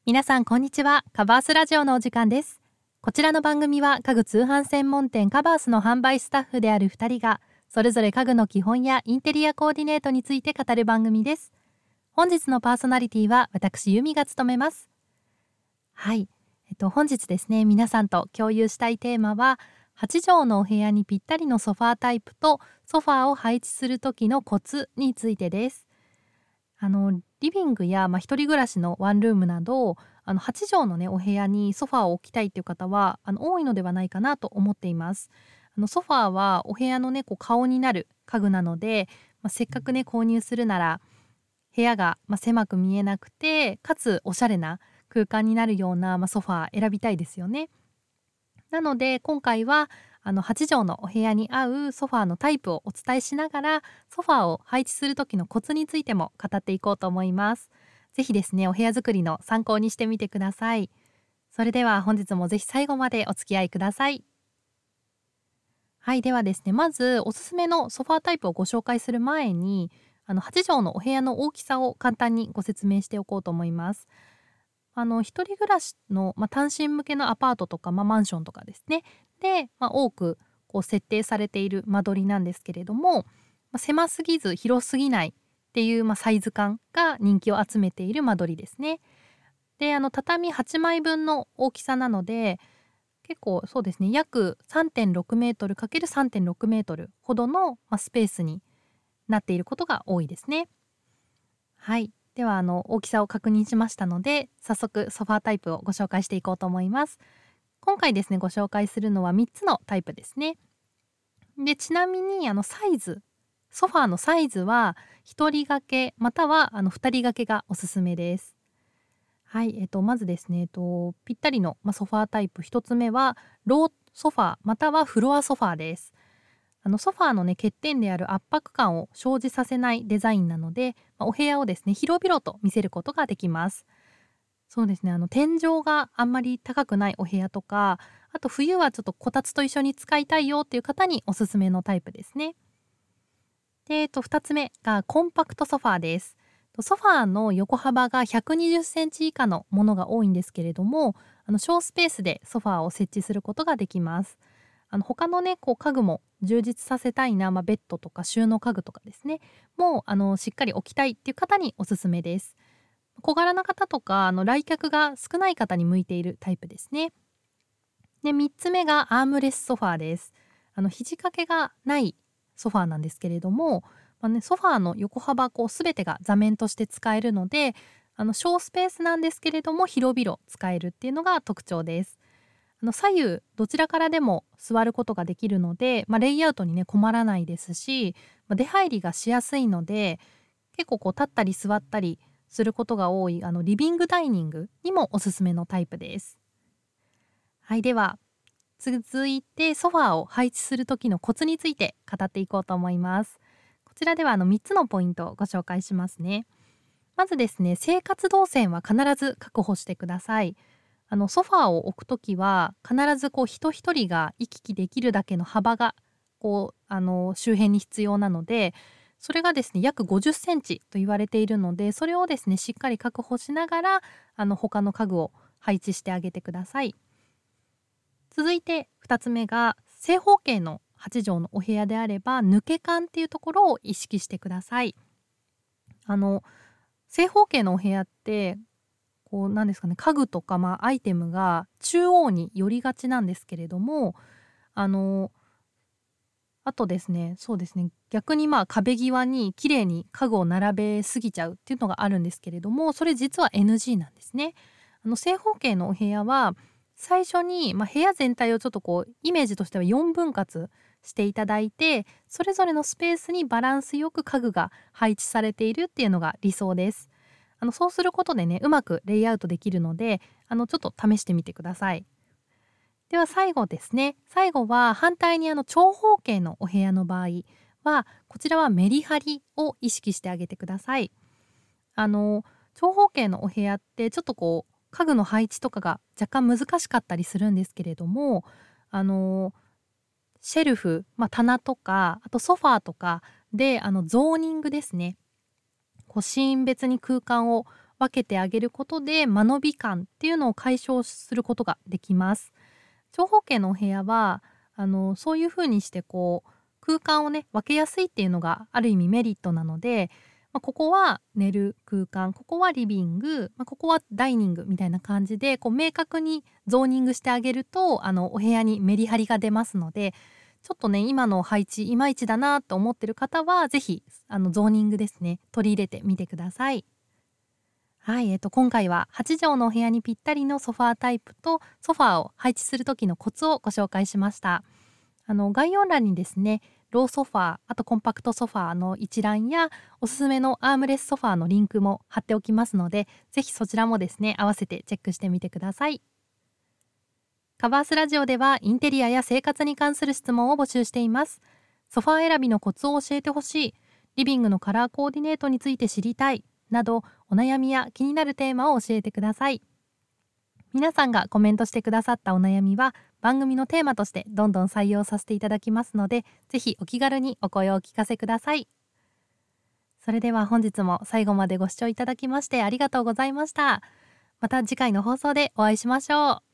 皆さんこんにちは。カバースラジオのお時間です。こちらの番組は家具通販専門店カバースの販売スタッフである2人がそれぞれ家具の基本やインテリアコーディネートについて語る番組です。本日のパーソナリティは私由美が務めます。はい、本日ですね、皆さんと共有したいテーマは8畳のお部屋にぴったりのソファータイプとソファーを配置する時のコツについてです。リビングや、一人暮らしのワンルームなど8畳のねお部屋にソファーを置きたいという方は多いのではないかなと思っています。ソファーはお部屋のね顔になる家具なので、せっかくね購入するなら部屋が、狭く見えなくてかつおしゃれな空間になるような、ソファー選びたいですよね。なので今回は8畳のお部屋に合うソファーのタイプをお伝えしながらソファーを配置する時のコツについても語っていこうと思います。ぜひですねお部屋作りの参考にしてみてください。それでは本日もぜひ最後までお付き合いください。はい、ではですねまずおすすめのソファータイプをご紹介する前に8畳のお部屋の大きさを簡単にご説明しておこうと思います。一人暮らしの、単身向けのアパートとか、マンションとかですねで、多く設定されている間取りなんですけれども、狭すぎず広すぎないっていう、サイズ感が人気を集めている間取りですね。で畳8枚分の大きさなので結構そうですね約3.6メートル ×3.6 メートルほどの、スペースになっていることが多いですね。はい、では大きさを確認しましたので早速ソファータイプをご紹介していこうと思います。今回ですねご紹介するのは3つのタイプですね。でちなみにサイズソファーのサイズは1人掛けまたは2人掛けがおすすめです。はい、まずですね、ぴったりの、ソファータイプ1つ目はローソファーまたはフロアソファーです。ソファーのね欠点である圧迫感を生じさせないデザインなので、お部屋をですね広々と見せることができます。そうですね天井があんまり高くないお部屋とかあと冬はちょっとこたつと一緒に使いたいよっていう方におすすめのタイプですね。で、2つ目がコンパクトソファーです。ソファーの横幅が120センチ以下のものが多いんですけれども小スペースでソファーを設置することができます。他のね家具も充実させたいな、ベッドとか収納家具とかですねもうしっかり置きたいっていう方におすすめです。小柄な方とか来客が少ない方に向いているタイプですね。で3つ目がアームレスソファーです。肘掛けがないソファーなんですけれども、ソファーの横幅全てが座面として使えるので小スペースなんですけれども広々使えるっていうのが特徴です。左右どちらからでも座ることができるので、レイアウトにね困らないですし、出入りがしやすいので結構立ったり座ったりすることが多いリビングダイニングにもおすすめのタイプです。はい、では続いてソファーを配置する時のコツについて語っていこうと思います。こちらでは3つのポイントをご紹介しますね。まずですね生活動線は必ず確保してください。ソファーを置くときは必ず人一人が行き来できるだけの幅が周辺に必要なのでそれがですね約50センチと言われているのでそれをですねしっかり確保しながら他の家具を配置してあげてください。続いて2つ目が正方形の8畳のお部屋であれば抜け感っていうところを意識してください。正方形のお部屋ってなんですかね家具とか、アイテムが中央に寄りがちなんですけれどもあのあとですねそうですね逆に壁際に綺麗に家具を並べすぎちゃうっていうのがあるんですけれどもそれ実は NG なんですね。正方形のお部屋は最初に、部屋全体をちょっとイメージとしては4分割していただいてそれぞれのスペースにバランスよく家具が配置されているっていうのが理想です。そうすることでねうまくレイアウトできるのでちょっと試してみてください。では最後ですね最後は反対に長方形のお部屋の場合はこちらはメリハリを意識してあげてください。長方形のお部屋ってちょっと家具の配置とかが若干難しかったりするんですけれどもシェルフ、棚とかあとソファーとかでゾーニングですねシーン別に空間を分けてあげることで間延び感っていうのを解消することができます。長方形のお部屋はそういう風にして空間をね分けやすいっていうのがある意味メリットなので、ここは寝る空間、ここはリビング、ここはダイニングみたいな感じで明確にゾーニングしてあげるとお部屋にメリハリが出ますので、ちょっとね今の配置いまいちだなと思ってる方はぜひゾーニングですね取り入れてみてください。はい、今回は8畳のお部屋にぴったりのソファータイプとソファーを配置する時のコツをご紹介しました。概要欄にですね、ローソファー、あとコンパクトソファーの一覧やおすすめのアームレスソファーのリンクも貼っておきますので、ぜひそちらもですね合わせてチェックしてみてください。カバースラジオではインテリアや生活に関する質問を募集しています。ソファー選びのコツを教えてほしい、リビングのカラーコーディネートについて知りたいなど、お悩みや気になるテーマを教えてください。皆さんがコメントしてくださったお悩みは番組のテーマとしてどんどん採用させていただきますので、ぜひお気軽にお声をお聞かせください。それでは本日も最後までご視聴いただきましてありがとうございました。また次回の放送でお会いしましょう。